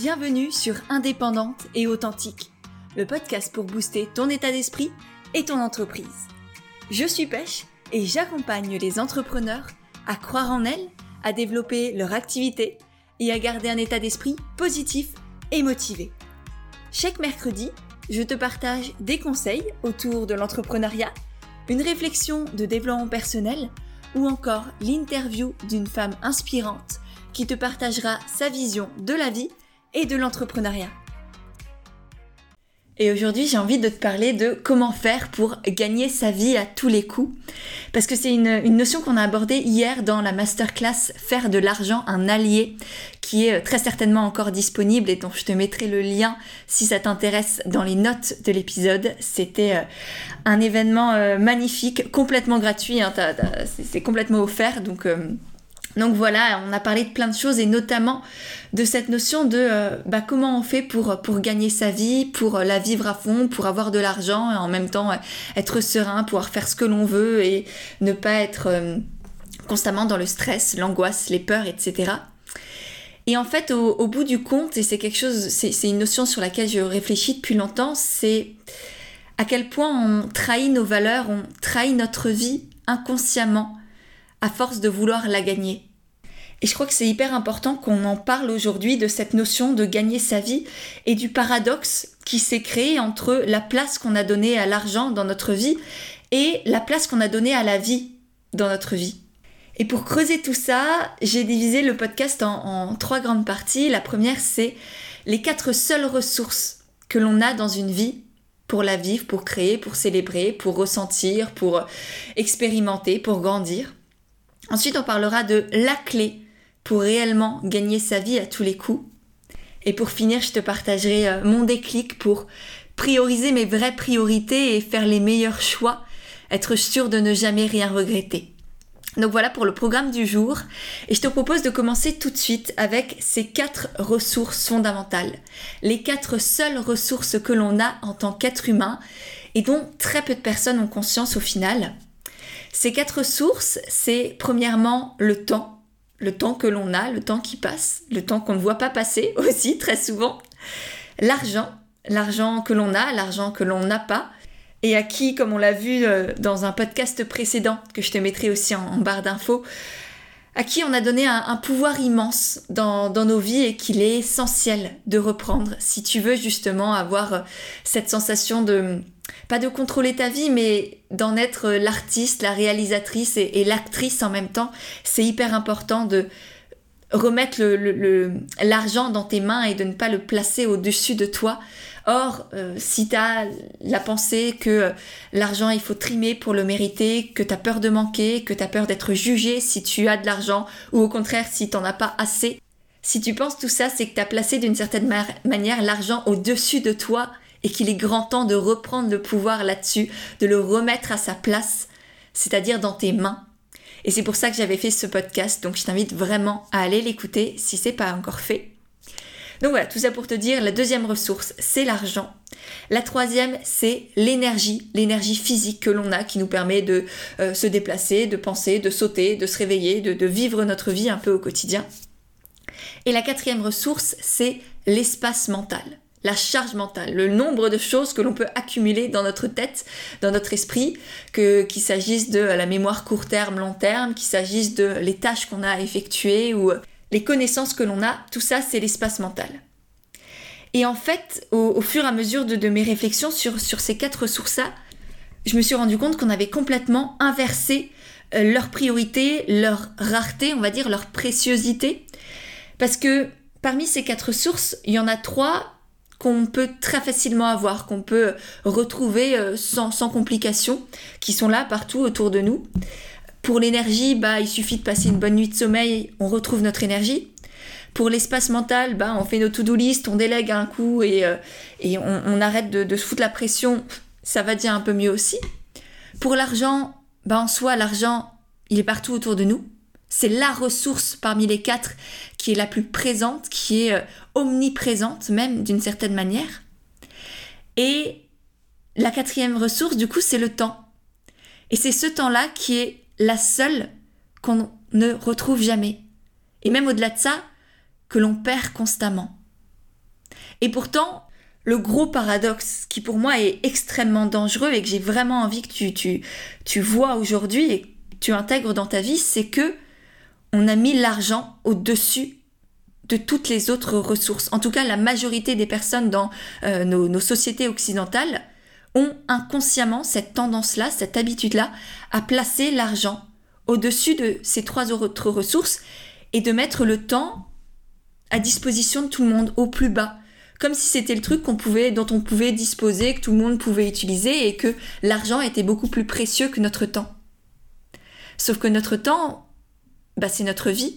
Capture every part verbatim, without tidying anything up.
Bienvenue sur Indépendante et Authentique, le podcast pour booster ton état d'esprit et ton entreprise. Je suis Pêche et j'accompagne les entrepreneurs à croire en elles, à développer leur activité et à garder un état d'esprit positif et motivé. Chaque mercredi, je te partage des conseils autour de l'entrepreneuriat, une réflexion de développement personnel ou encore l'interview d'une femme inspirante qui te partagera sa vision de la vie et de l'entrepreneuriat. Et aujourd'hui, j'ai envie de te parler de comment faire pour gagner sa vie à tous les coups. Parce que c'est une, une notion qu'on a abordée hier dans la masterclass « Faire de l'argent un allié » qui est très certainement encore disponible et dont je te mettrai le lien si ça t'intéresse dans les notes de l'épisode. C'était euh, un événement euh, magnifique, complètement gratuit, hein, t'as, t'as, c'est, c'est complètement offert, donc... Euh, Donc voilà, on a parlé de plein de choses et notamment de cette notion de euh, bah, comment on fait pour, pour gagner sa vie, pour la vivre à fond, pour avoir de l'argent et en même temps euh, être serein, pouvoir faire ce que l'on veut et ne pas être euh, constamment dans le stress, l'angoisse, les peurs, et cetera. Et en fait, au, au bout du compte, et c'est quelque chose, c'est, c'est une notion sur laquelle je réfléchis depuis longtemps, c'est à quel point on trahit nos valeurs, on trahit notre vie inconsciemment à force de vouloir la gagner. Et je crois que c'est hyper important qu'on en parle aujourd'hui de cette notion de gagner sa vie et du paradoxe qui s'est créé entre la place qu'on a donnée à l'argent dans notre vie et la place qu'on a donnée à la vie dans notre vie. Et pour creuser tout ça, j'ai divisé le podcast en, en trois grandes parties. La première, c'est les quatre seules ressources que l'on a dans une vie pour la vivre, pour créer, pour célébrer, pour ressentir, pour expérimenter, pour grandir. Ensuite, on parlera de la clé pour réellement gagner sa vie à tous les coups. Et pour finir, je te partagerai mon déclic pour prioriser mes vraies priorités et faire les meilleurs choix, être sûr de ne jamais rien regretter. Donc voilà pour le programme du jour. Et je te propose de commencer tout de suite avec ces quatre ressources fondamentales. Les quatre seules ressources que l'on a en tant qu'être humain et dont très peu de personnes ont conscience au final. Ces quatre sources, c'est premièrement le temps, le temps que l'on a, le temps qui passe, le temps qu'on ne voit pas passer aussi très souvent, l'argent, l'argent que l'on a, l'argent que l'on n'a pas, et à qui, comme on l'a vu dans un podcast précédent, que je te mettrai aussi en, en barre d'infos, à qui on a donné un, un pouvoir immense dans, dans nos vies et qu'il est essentiel de reprendre si tu veux justement avoir cette sensation de... pas de contrôler ta vie, mais d'en être l'artiste, la réalisatrice et, et l'actrice en même temps. C'est hyper important de remettre le, le, le, l'argent dans tes mains et de ne pas le placer au-dessus de toi. Or, euh, si tu as la pensée que euh, l'argent, il faut trimer pour le mériter, que tu as peur de manquer, que tu as peur d'être jugé si tu as de l'argent, ou au contraire, si tu n'en as pas assez, si tu penses tout ça, c'est que tu as placé d'une certaine ma- manière l'argent au-dessus de toi et qu'il est grand temps de reprendre le pouvoir là-dessus, de le remettre à sa place, c'est-à-dire dans tes mains. Et c'est pour ça que j'avais fait ce podcast, donc je t'invite vraiment à aller l'écouter si c'est pas encore fait. Donc voilà, tout ça pour te dire, la deuxième ressource, c'est l'argent. La troisième, c'est l'énergie, l'énergie physique que l'on a qui nous permet de euh, se déplacer, de penser, de sauter, de se réveiller, de, de vivre notre vie un peu au quotidien. Et la quatrième ressource, c'est l'espace mental. La charge mentale, le nombre de choses que l'on peut accumuler dans notre tête, dans notre esprit, que, qu'il s'agisse de la mémoire court terme, long terme, qu'il s'agisse de les tâches qu'on a à effectuer ou les connaissances que l'on a, tout ça c'est l'espace mental. Et en fait, au, au fur et à mesure de, de mes réflexions sur, sur ces quatre ressources-là, je me suis rendu compte qu'on avait complètement inversé euh, leur priorité, leur rareté, on va dire leur préciosité. Parce que parmi ces quatre sources, il y en a trois qu'on peut très facilement avoir, qu'on peut retrouver sans, sans complications, qui sont là partout autour de nous. Pour l'énergie, bah, il suffit de passer une bonne nuit de sommeil, on retrouve notre énergie. Pour l'espace mental, bah, on fait nos to-do list, on délègue un coup et, euh, et on, on arrête de, de se foutre la pression, ça va dire un peu mieux aussi. Pour l'argent, bah, en soi, l'argent, il est partout autour de nous. C'est la ressource parmi les quatre qui est la plus présente, qui est euh, omniprésente même d'une certaine manière. Et la quatrième ressource, du coup, c'est le temps. Et c'est ce temps-là qui est la seule qu'on ne retrouve jamais. Et même au-delà de ça, que l'on perd constamment. Et pourtant, le gros paradoxe qui pour moi est extrêmement dangereux et que j'ai vraiment envie que tu, tu, tu vois aujourd'hui et que tu intègres dans ta vie, c'est que on a mis l'argent au-dessus de toutes les autres ressources. En tout cas, la majorité des personnes dans euh, nos, nos sociétés occidentales ont inconsciemment cette tendance-là, cette habitude-là, à placer l'argent au-dessus de ces trois autres ressources et de mettre le temps à disposition de tout le monde, au plus bas. Comme si c'était le truc qu'on pouvait, dont on pouvait disposer, que tout le monde pouvait utiliser et que l'argent était beaucoup plus précieux que notre temps. Sauf que notre temps, bah, c'est notre vie.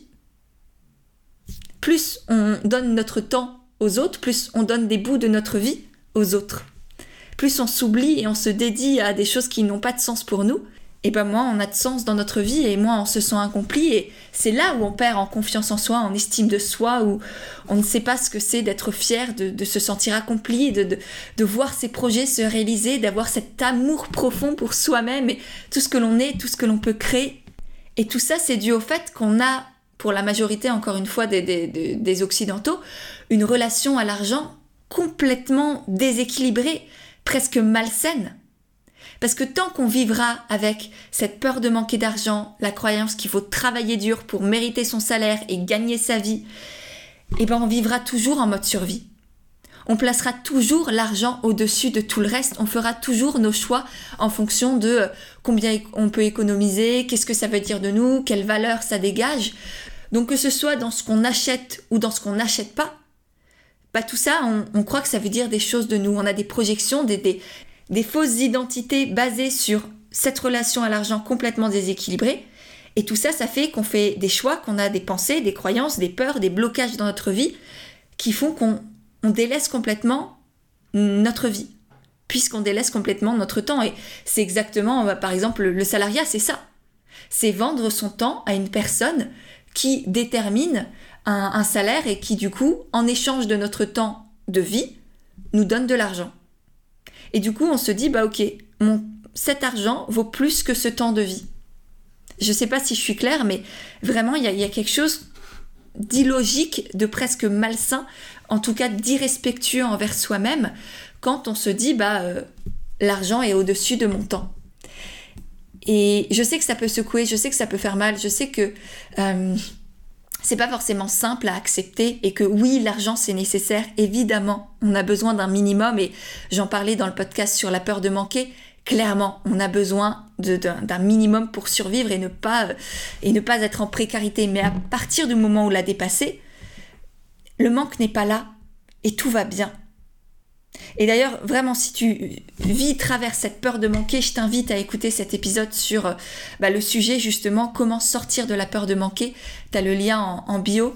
Plus on donne notre temps aux autres, plus on donne des bouts de notre vie aux autres. Plus on s'oublie et on se dédie à des choses qui n'ont pas de sens pour nous, et ben moins on a de sens dans notre vie et moins on se sent accompli. Et c'est là où on perd en confiance en soi, en estime de soi, où on ne sait pas ce que c'est d'être fier, de, de se sentir accompli, de, de, de voir ses projets se réaliser, d'avoir cet amour profond pour soi-même et tout ce que l'on est, tout ce que l'on peut créer. Et tout ça, c'est dû au fait qu'on a, pour la majorité, encore une fois, des, des, des, des Occidentaux, une relation à l'argent complètement déséquilibrée, presque malsaine. Parce que tant qu'on vivra avec cette peur de manquer d'argent, la croyance qu'il faut travailler dur pour mériter son salaire et gagner sa vie, eh ben on vivra toujours en mode survie. On placera toujours l'argent au-dessus de tout le reste, on fera toujours nos choix en fonction de combien on peut économiser, qu'est-ce que ça veut dire de nous, quelle valeur ça dégage. Donc que ce soit dans ce qu'on achète ou dans ce qu'on n'achète pas, bah tout ça, on, on croit que ça veut dire des choses de nous. On a des projections, des, des, des fausses identités basées sur cette relation à l'argent complètement déséquilibrée. Et tout ça, ça fait qu'on fait des choix, qu'on a des pensées, des croyances, des peurs, des blocages dans notre vie qui font qu'on on délaisse complètement notre vie, puisqu'on délaisse complètement notre temps. Et c'est exactement, bah, par exemple, le salariat, c'est ça. C'est vendre son temps à une personne qui détermine un, un salaire et qui, du coup, en échange de notre temps de vie, nous donne de l'argent. Et du coup, on se dit, bah ok, mon, cet argent vaut plus que ce temps de vie. Je sais pas si je suis claire, mais vraiment, il y a, y a quelque chose d'illogique, de presque malsain, en tout cas d'irrespectueux envers soi-même, quand on se dit, bah, euh, l'argent est au-dessus de mon temps. Et je sais que ça peut secouer, je sais que ça peut faire mal, je sais que euh, c'est pas forcément simple à accepter et que oui, l'argent c'est nécessaire, évidemment, on a besoin d'un minimum et j'en parlais dans le podcast sur la peur de manquer. Clairement, on a besoin de, d'un, d'un minimum pour survivre et ne pas, et ne pas être en précarité. Mais à partir du moment où on l'a dépassé, le manque n'est pas là et tout va bien. Et d'ailleurs, vraiment, si tu vis, traverses cette peur de manquer, je t'invite à écouter cet épisode sur bah, le sujet justement, comment sortir de la peur de manquer. Tu as le lien en, en bio.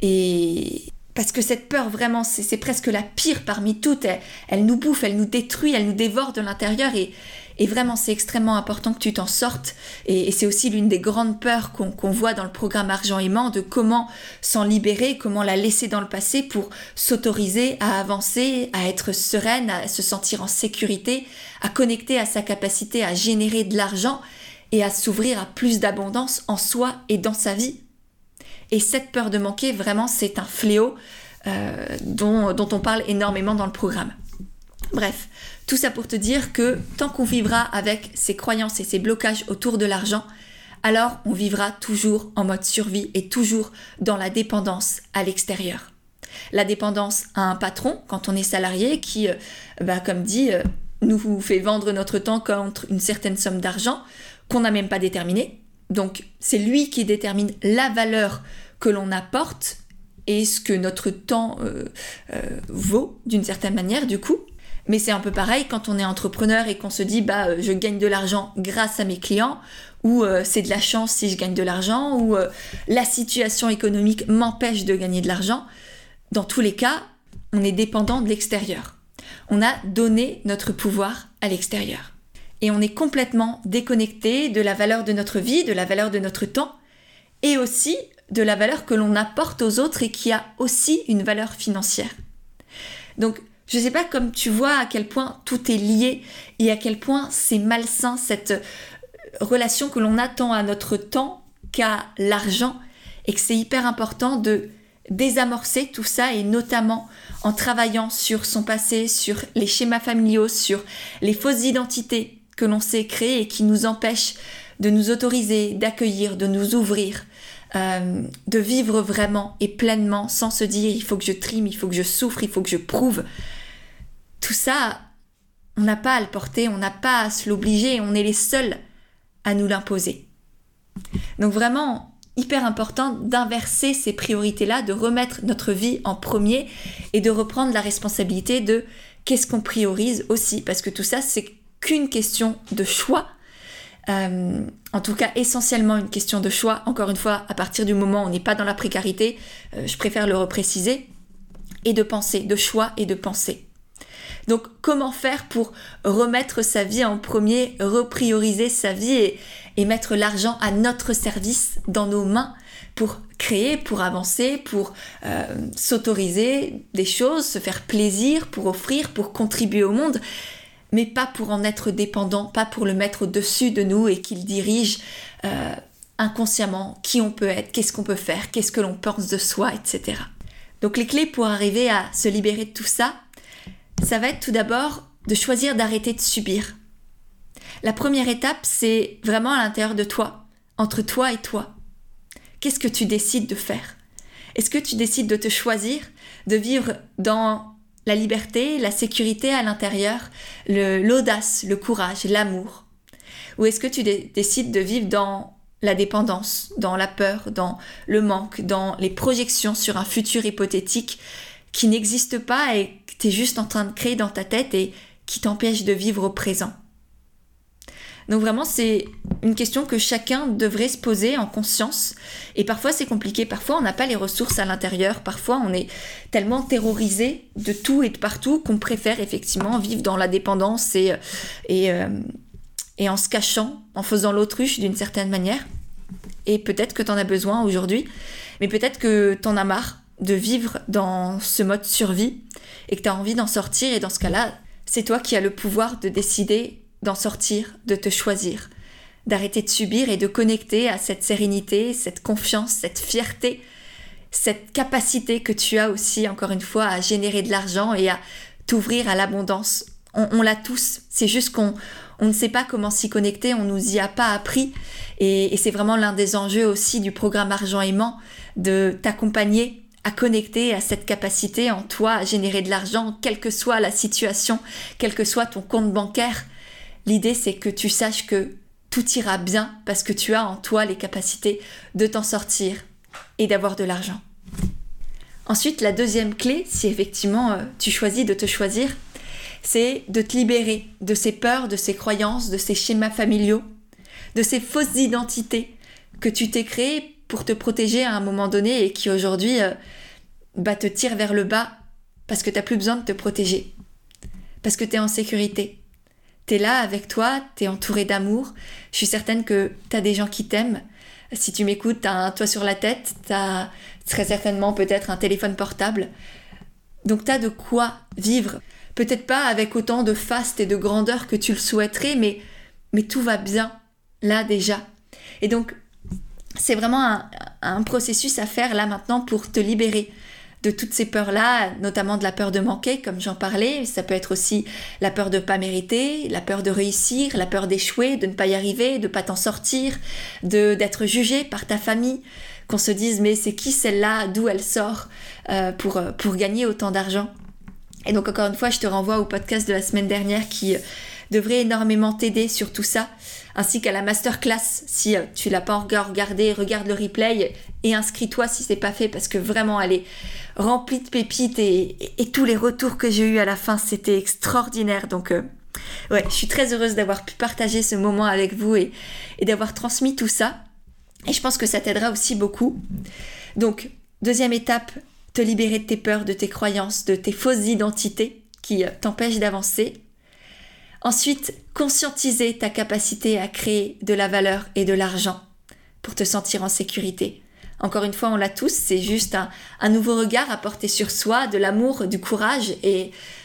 Et parce que cette peur, vraiment, c'est, c'est presque la pire parmi toutes. Elle, elle nous bouffe, elle nous détruit, elle nous dévore de l'intérieur. Et, et vraiment, c'est extrêmement important que tu t'en sortes. Et, et c'est aussi l'une des grandes peurs qu'on, qu'on voit dans le programme Argent Aimant, de comment s'en libérer, comment la laisser dans le passé pour s'autoriser à avancer, à être sereine, à se sentir en sécurité, à connecter à sa capacité à générer de l'argent et à s'ouvrir à plus d'abondance en soi et dans sa vie. Et cette peur de manquer, vraiment, c'est un fléau euh, dont, dont on parle énormément dans le programme. Bref, tout ça pour te dire que tant qu'on vivra avec ces croyances et ces blocages autour de l'argent, alors on vivra toujours en mode survie et toujours dans la dépendance à l'extérieur. La dépendance à un patron, quand on est salarié, qui, euh, bah, comme dit, euh, nous fait vendre notre temps contre une certaine somme d'argent qu'on n'a même pas déterminée. Donc, c'est lui qui détermine la valeur que l'on apporte et ce que notre temps euh, euh, vaut d'une certaine manière, du coup. Mais c'est un peu pareil quand on est entrepreneur et qu'on se dit bah euh, je gagne de l'argent grâce à mes clients, ou euh, c'est de la chance si je gagne de l'argent, ou euh, la situation économique m'empêche de gagner de l'argent. Dans tous les cas, on est dépendant de l'extérieur. On a donné notre pouvoir à l'extérieur. Et on est complètement déconnecté de la valeur de notre vie, de la valeur de notre temps, et aussi de la valeur que l'on apporte aux autres et qui a aussi une valeur financière. Donc, je ne sais pas comme tu vois à quel point tout est lié et à quel point c'est malsain cette relation que l'on a tant à notre temps qu'à l'argent, et que c'est hyper important de désamorcer tout ça, et notamment en travaillant sur son passé, sur les schémas familiaux, sur les fausses identités que l'on s'est créées et qui nous empêchent de nous autoriser, d'accueillir, de nous ouvrir, euh, de vivre vraiment et pleinement sans se dire il faut que je trime, il faut que je souffre, il faut que je prouve. Tout ça, on n'a pas à le porter, on n'a pas à se l'obliger, on est les seuls à nous l'imposer. Donc vraiment, hyper important d'inverser ces priorités-là, de remettre notre vie en premier et de reprendre la responsabilité de qu'est-ce qu'on priorise aussi, parce que tout ça, c'est qu'une question de choix, euh, en tout cas essentiellement une question de choix. Encore une fois, à partir du moment où on n'est pas dans la précarité, euh, je préfère le repréciser, et de penser, de choix et de pensée. Donc, comment faire pour remettre sa vie en premier, reprioriser sa vie et, et mettre l'argent à notre service, dans nos mains, pour créer, pour avancer, pour euh, s'autoriser des choses, se faire plaisir, pour offrir, pour contribuer au monde, mais pas pour en être dépendant, pas pour le mettre au-dessus de nous et qu'il dirige euh, inconsciemment qui on peut être, qu'est-ce qu'on peut faire, qu'est-ce que l'on pense de soi, et cetera. Donc, les clés pour arriver à se libérer de tout ça, ça va être tout d'abord de choisir d'arrêter de subir. La première étape, c'est vraiment à l'intérieur de toi, entre toi et toi. Qu'est-ce que tu décides de faire ? Est-ce que tu décides de te choisir, de vivre dans la liberté, la sécurité à l'intérieur, le, l'audace, le courage, l'amour ? Ou est-ce que tu dé- décides de vivre dans la dépendance, dans la peur, dans le manque, dans les projections sur un futur hypothétique qui n'existe pas et que tu es juste en train de créer dans ta tête et qui t'empêche de vivre au présent. Donc vraiment, c'est une question que chacun devrait se poser en conscience. Et parfois, c'est compliqué. Parfois, on n'a pas les ressources à l'intérieur. Parfois, on est tellement terrorisé de tout et de partout qu'on préfère effectivement vivre dans la dépendance et, et, euh, et en se cachant, en faisant l'autruche d'une certaine manière. Et peut-être que tu en as besoin aujourd'hui, mais peut-être que tu en as marre de vivre dans ce mode survie et que tu as envie d'en sortir, et dans ce cas-là, c'est toi qui as le pouvoir de décider d'en sortir, de te choisir, d'arrêter de subir et de connecter à cette sérénité, cette confiance, cette fierté, cette capacité que tu as aussi, encore une fois, à générer de l'argent et à t'ouvrir à l'abondance. On, on l'a tous, c'est juste qu'on on ne sait pas comment s'y connecter, on nous y a pas appris, et, et c'est vraiment l'un des enjeux aussi du programme Argent Aimant, de t'accompagner à connecter à cette capacité en toi à générer de l'argent, quelle que soit la situation, quel que soit ton compte bancaire. L'idée, c'est que tu saches que tout ira bien parce que tu as en toi les capacités de t'en sortir et d'avoir de l'argent. Ensuite, la deuxième clé, si effectivement euh, tu choisis de te choisir, c'est de te libérer de ces peurs, de ces croyances, de ces schémas familiaux, de ces fausses identités que tu t'es créées pour te protéger à un moment donné et qui aujourd'hui euh, bah, te tirent vers le bas parce que tu n'as plus besoin de te protéger, parce que tu es en sécurité. Tu es là avec toi, tu es entouré d'amour. Je suis certaine que tu as des gens qui t'aiment. Si tu m'écoutes, tu as un toit sur la tête, tu as très certainement peut-être un téléphone portable. Donc tu as de quoi vivre. Peut-être pas avec autant de faste et de grandeur que tu le souhaiterais, mais, mais tout va bien là déjà. Et donc, c'est vraiment un, un processus à faire là maintenant pour te libérer de toutes ces peurs-là, notamment de la peur de manquer, comme j'en parlais. Ça peut être aussi la peur de ne pas mériter, la peur de réussir, la peur d'échouer, de ne pas y arriver, de ne pas t'en sortir, de, d'être jugé par ta famille, qu'on se dise « mais c'est qui celle-là, d'où elle sort euh, pour, pour gagner autant d'argent ?» Et donc encore une fois, je te renvoie au podcast de la semaine dernière qui devrait énormément t'aider sur tout ça, ainsi qu'à la masterclass. Si tu l'as pas encore regardé, regarde le replay et inscris-toi si c'est pas fait, parce que vraiment elle est remplie de pépites et, et, et tous les retours que j'ai eu à la fin, c'était extraordinaire. Donc euh, ouais, je suis très heureuse d'avoir pu partager ce moment avec vous et, et d'avoir transmis tout ça. Et je pense que ça t'aidera aussi beaucoup. Donc, deuxième étape, te libérer de tes peurs, de tes croyances, de tes fausses identités qui t'empêchent d'avancer. Ensuite, conscientiser ta capacité à créer de la valeur et de l'argent pour te sentir en sécurité. Encore une fois, on l'a tous, c'est juste un, un nouveau regard à porter sur soi, de l'amour, du courage et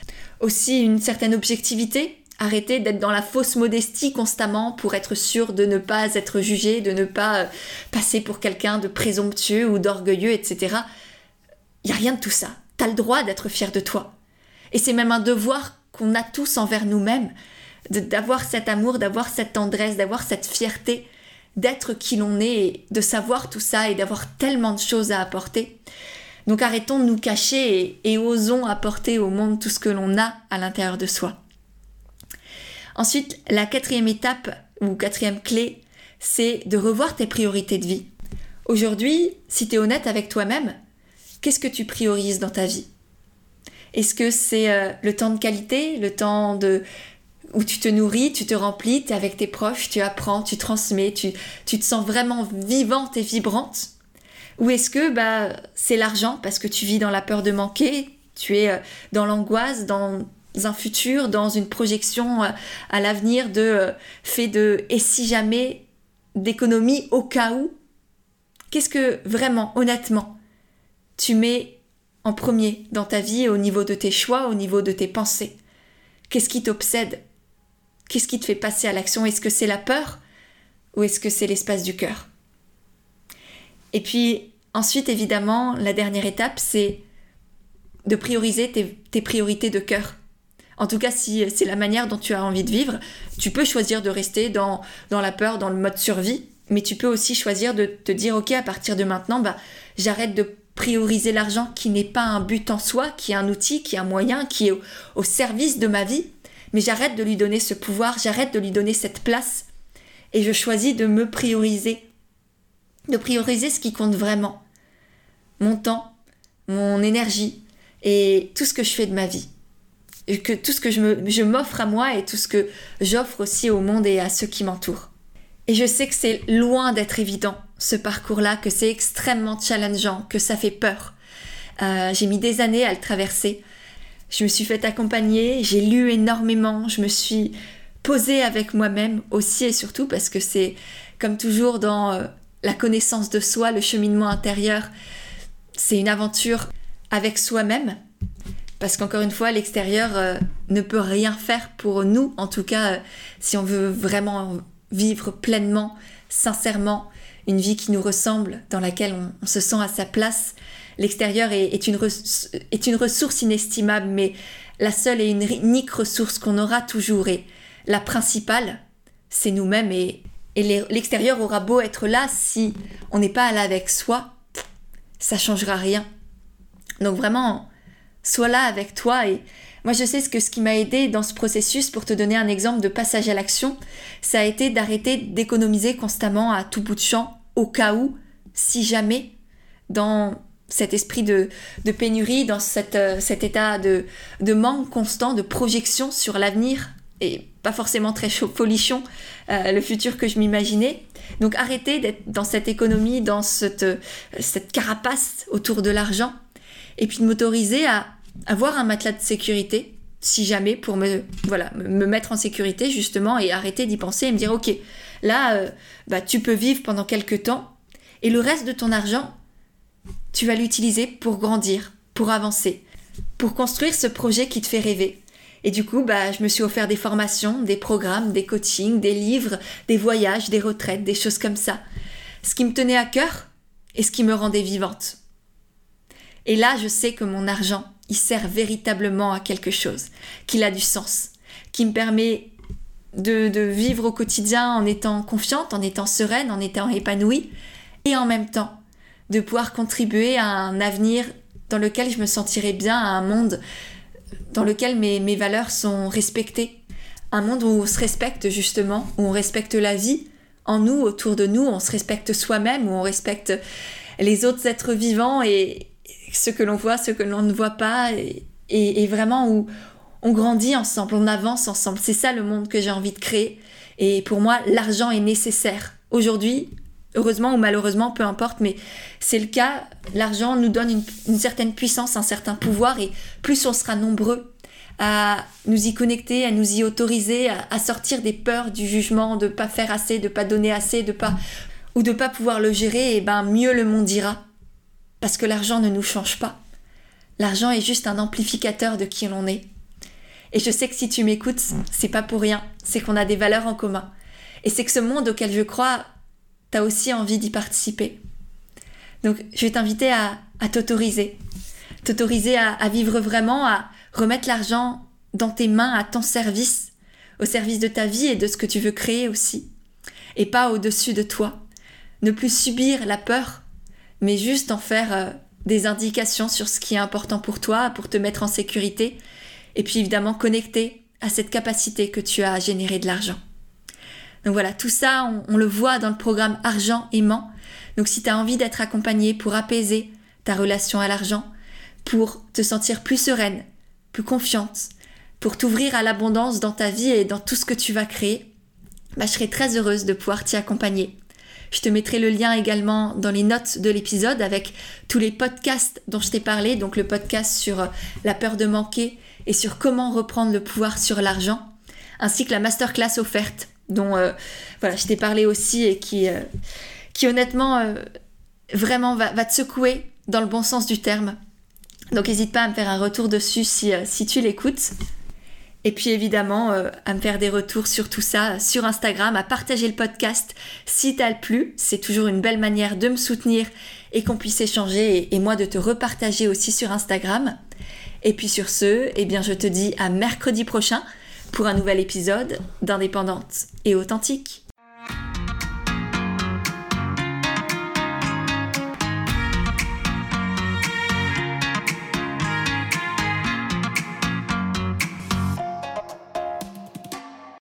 aussi une certaine objectivité. Arrêter d'être dans la fausse modestie constamment pour être sûr de ne pas être jugé, de ne pas passer pour quelqu'un de présomptueux ou d'orgueilleux, et cetera. il n'y a rien de tout ça. Tu as le droit d'être fier de toi. Et c'est même un devoir qu'on a tous envers nous-mêmes, de, d'avoir cet amour, d'avoir cette tendresse, d'avoir cette fierté, d'être qui l'on est, et de savoir tout ça et d'avoir tellement de choses à apporter. Donc arrêtons de nous cacher et, et osons apporter au monde tout ce que l'on a à l'intérieur de soi. Ensuite, la quatrième étape ou quatrième clé, c'est de revoir tes priorités de vie. Aujourd'hui, si tu es honnête avec toi-même, qu'est-ce que tu priorises dans ta vie ? Est-ce que c'est euh, le temps de qualité, le temps de... où tu te nourris, tu te remplis, tu es avec tes proches, tu apprends, tu transmets, tu, tu te sens vraiment vivante et vibrante? Ou est-ce que bah, c'est l'argent parce que tu vis dans la peur de manquer, tu es euh, dans l'angoisse, dans un futur, dans une projection euh, à l'avenir de euh, fait de « et si jamais » d'économie au cas où? Qu'est-ce que vraiment, honnêtement, tu mets en premier dans ta vie au niveau de tes choix, au niveau de tes pensées? Qu'est-ce qui t'obsède? Qu'est-ce qui te fait passer à l'action? Est-ce que c'est la peur ou est-ce que c'est l'espace du cœur? Et puis ensuite, évidemment, la dernière étape, c'est de prioriser tes, tes priorités de cœur. En tout cas, si c'est la manière dont tu as envie de vivre, tu peux choisir de rester dans, dans la peur, dans le mode survie, mais tu peux aussi choisir de te dire, ok, à partir de maintenant, bah, j'arrête de prioriser l'argent qui n'est pas un but en soi, qui est un outil, qui est un moyen, qui est au, au service de ma vie, mais j'arrête de lui donner ce pouvoir, j'arrête de lui donner cette place et je choisis de me prioriser, de prioriser ce qui compte vraiment, mon temps, mon énergie et tout ce que je fais de ma vie, et que tout ce que je, me, je m'offre à moi et tout ce que j'offre aussi au monde et à ceux qui m'entourent. Et je sais que c'est loin d'être évident, ce parcours-là, que c'est extrêmement challengeant, que ça fait peur. Euh, j'ai mis des années à le traverser. Je me suis fait accompagner, j'ai lu énormément, je me suis posée avec moi-même aussi et surtout parce que c'est, comme toujours dans euh, la connaissance de soi, le cheminement intérieur, c'est une aventure avec soi-même. Parce qu'encore une fois, l'extérieur euh, ne peut rien faire pour nous, en tout cas, euh, si on veut vraiment vivre pleinement, sincèrement, une vie qui nous ressemble, dans laquelle on, on se sent à sa place. L'extérieur est, est, une res, est une ressource inestimable, mais la seule et unique ressource qu'on aura toujours, et la principale, c'est nous-mêmes. Et, et les, l'extérieur aura beau être là, si on n'est pas là avec soi, ça changera rien. Donc vraiment, sois là avec toi. Et moi, je sais que ce qui m'a aidé dans ce processus, pour te donner un exemple de passage à l'action, ça a été d'arrêter d'économiser constamment à tout bout de champ, au cas où, si jamais, dans cet esprit de, de pénurie, dans cette, euh, cet état de, de manque constant, de projection sur l'avenir, et pas forcément très chaud, folichon, euh, le futur que je m'imaginais. Donc arrêter d'être dans cette économie, dans cette, euh, cette carapace autour de l'argent, et puis de m'autoriser à avoir un matelas de sécurité, si jamais, pour me, voilà, me mettre en sécurité justement, et arrêter d'y penser et me dire ok, là euh, bah, tu peux vivre pendant quelques temps et le reste de ton argent tu vas l'utiliser pour grandir, pour avancer, pour construire ce projet qui te fait rêver. Et du coup bah, je me suis offert des formations, des programmes, des coachings, des livres, des voyages, des retraites, des choses comme ça, ce qui me tenait à cœur et ce qui me rendait vivante. Et là je sais que mon argent il sert véritablement à quelque chose, qu'il a du sens, qui me permet de, de vivre au quotidien en étant confiante, en étant sereine, en étant épanouie, et en même temps de pouvoir contribuer à un avenir dans lequel je me sentirai bien, à un monde dans lequel mes, mes valeurs sont respectées, un monde où on se respecte justement, où on respecte la vie en nous, autour de nous, on se respecte soi-même, où on respecte les autres êtres vivants et ce que l'on voit, ce que l'on ne voit pas, et, et, et vraiment où on grandit ensemble, on avance ensemble. C'est ça le monde que j'ai envie de créer. Et pour moi, l'argent est nécessaire. Aujourd'hui, heureusement ou malheureusement, peu importe, mais c'est le cas. L'argent nous donne une, une certaine puissance, un certain pouvoir, et plus on sera nombreux à nous y connecter, à nous y autoriser, à, à sortir des peurs du jugement, de pas faire assez, de pas donner assez, de pas, ou de pas pouvoir le gérer, et ben mieux le monde ira. Parce que l'argent ne nous change pas. L'argent est juste un amplificateur de qui l'on est. Et je sais que si tu m'écoutes, c'est pas pour rien. C'est qu'on a des valeurs en commun. Et c'est que ce monde auquel je crois, t'as aussi envie d'y participer. Donc je vais t'inviter à, à t'autoriser. t'autoriser à, à vivre vraiment, à remettre l'argent dans tes mains, à ton service, au service de ta vie et de ce que tu veux créer aussi, et pas au-dessus de toi. Ne plus subir la peur, mais juste en faire euh, des indications sur ce qui est important pour toi, pour te mettre en sécurité, et puis évidemment connecter à cette capacité que tu as à générer de l'argent. Donc voilà, tout ça, on, on le voit dans le programme Argent Aimant. Donc si tu as envie d'être accompagné pour apaiser ta relation à l'argent, pour te sentir plus sereine, plus confiante, pour t'ouvrir à l'abondance dans ta vie et dans tout ce que tu vas créer, bah, je serai très heureuse de pouvoir t'y accompagner. Je te mettrai le lien également dans les notes de l'épisode avec tous les podcasts dont je t'ai parlé, donc le podcast sur la peur de manquer et sur comment reprendre le pouvoir sur l'argent, ainsi que la masterclass offerte dont euh, voilà, je t'ai parlé aussi et qui, euh, qui honnêtement euh, vraiment va, va te secouer dans le bon sens du terme. Donc n'hésite pas à me faire un retour dessus si, euh, si tu l'écoutes. Et puis évidemment, euh, à me faire des retours sur tout ça sur Instagram, à partager le podcast si t'as plu. C'est toujours une belle manière de me soutenir et qu'on puisse échanger et, et moi de te repartager aussi sur Instagram. Et puis sur ce, eh bien je te dis à mercredi prochain pour un nouvel épisode d'Indépendante et Authentique.